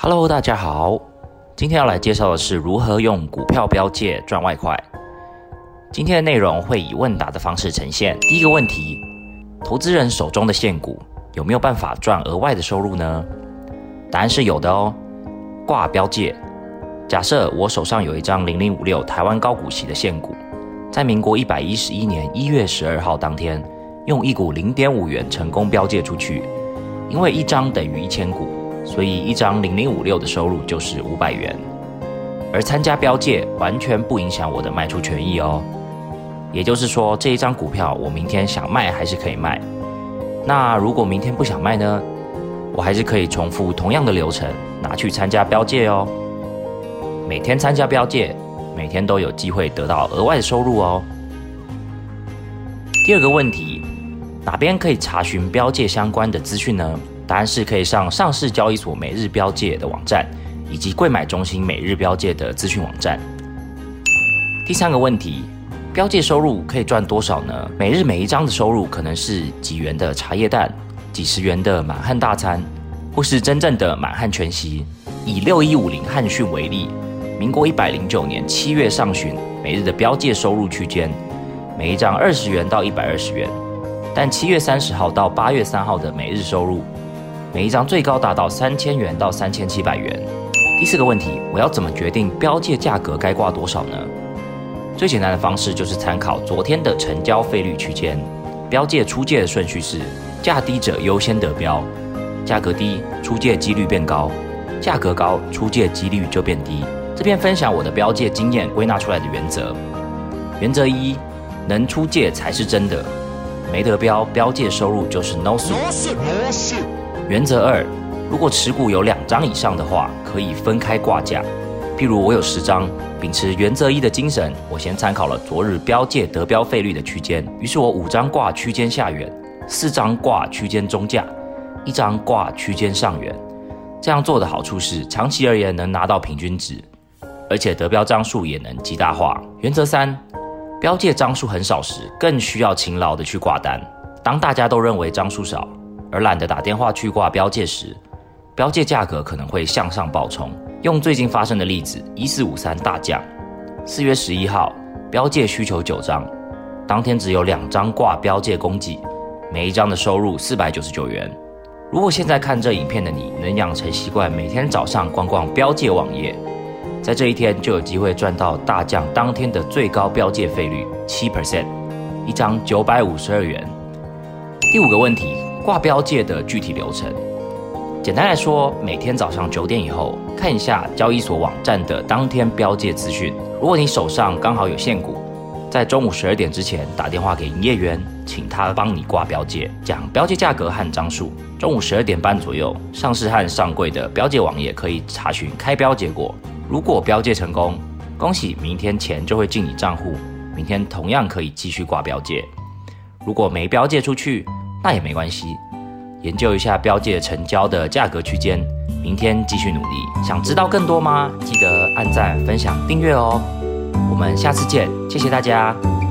Hello， 大家好，今天要来介绍的是如何用股票标借赚外快。今天的内容会以问答的方式呈现。第一个问题，投资人手中的现股有没有办法赚额外的收入呢？答案是有的哦。挂标借，假设我手上有一张0056台湾高股息的现股，在民国111年1月12号当天，用一股0.5元成功标借出去，因为一张等于1000股。所以一张0056的收入就是500元，而参加标借完全不影响我的卖出权益哦。也就是说，这一张股票我明天想卖还是可以卖。那如果明天不想卖呢？我还是可以重复同样的流程拿去参加标借哦。每天参加标借，每天都有机会得到额外的收入哦。第二个问题，哪边可以查询标借相关的资讯呢？答案是可以上上市交易所每日标借的网站，以及柜买中心每日标借的资讯网站。第三个问题，标借收入可以赚多少呢？每日每一张的收入可能是几元的茶叶蛋，几十元的满汉大餐，或是真正的满汉全席。以6150汉讯为例，民国109年7月上旬每日的标借收入区间，每一张20元到120元，但7月30号到8月3号的每日收入，每一张最高达到3000元到3700元。第四个问题，我要怎么决定标借价格该挂多少呢？最简单的方式就是参考昨天的成交费率区间。标借出借的顺序是：价低者优先得标，价格低出借几率变高，价格高出借几率就变低。这边分享我的标借经验归纳出来的原则。原则1，能出借才是真的，没得标，标借收入就是 no suit。原则2，如果持股有2张以上的话，可以分开挂价。譬如我有10张，秉持原则1的精神，我先参考了昨日标借得标费率的区间，于是我5张挂区间下缘，4张挂区间中价，1张挂区间上缘。这样做的好处是，长期而言能拿到平均值，而且得标张数也能极大化。原则3，标借张数很少时，更需要勤劳的去挂单。当大家都认为张数少，而懒得打电话去挂标借时，标借价格可能会向上暴冲。用最近发生的例子，1453大降，4月11号标借需求9张，当天只有2张挂标借供给，每一张的收入499元。如果现在看这影片的你能养成习惯，每天早上逛逛标借网页，在这一天就有机会赚到大降当天的最高标借费率 7%， 一张952元。第5个问题，挂标借的具体流程。简单来说，每天早上9点以后，看一下交易所网站的当天标借资讯。如果你手上刚好有现股，在中午12点之前打电话给营业员，请他帮你挂标借，讲标借价格和张数。中午12点半左右，上市和上柜的标借网页可以查询开标结果。如果标借成功，恭喜，明天钱就会进你账户，明天同样可以继续挂标借。如果没标借出去，那也没关系，研究一下标借成交的价格区间，明天继续努力。想知道更多吗？记得按赞、分享、订阅哦。我们下次见，谢谢大家。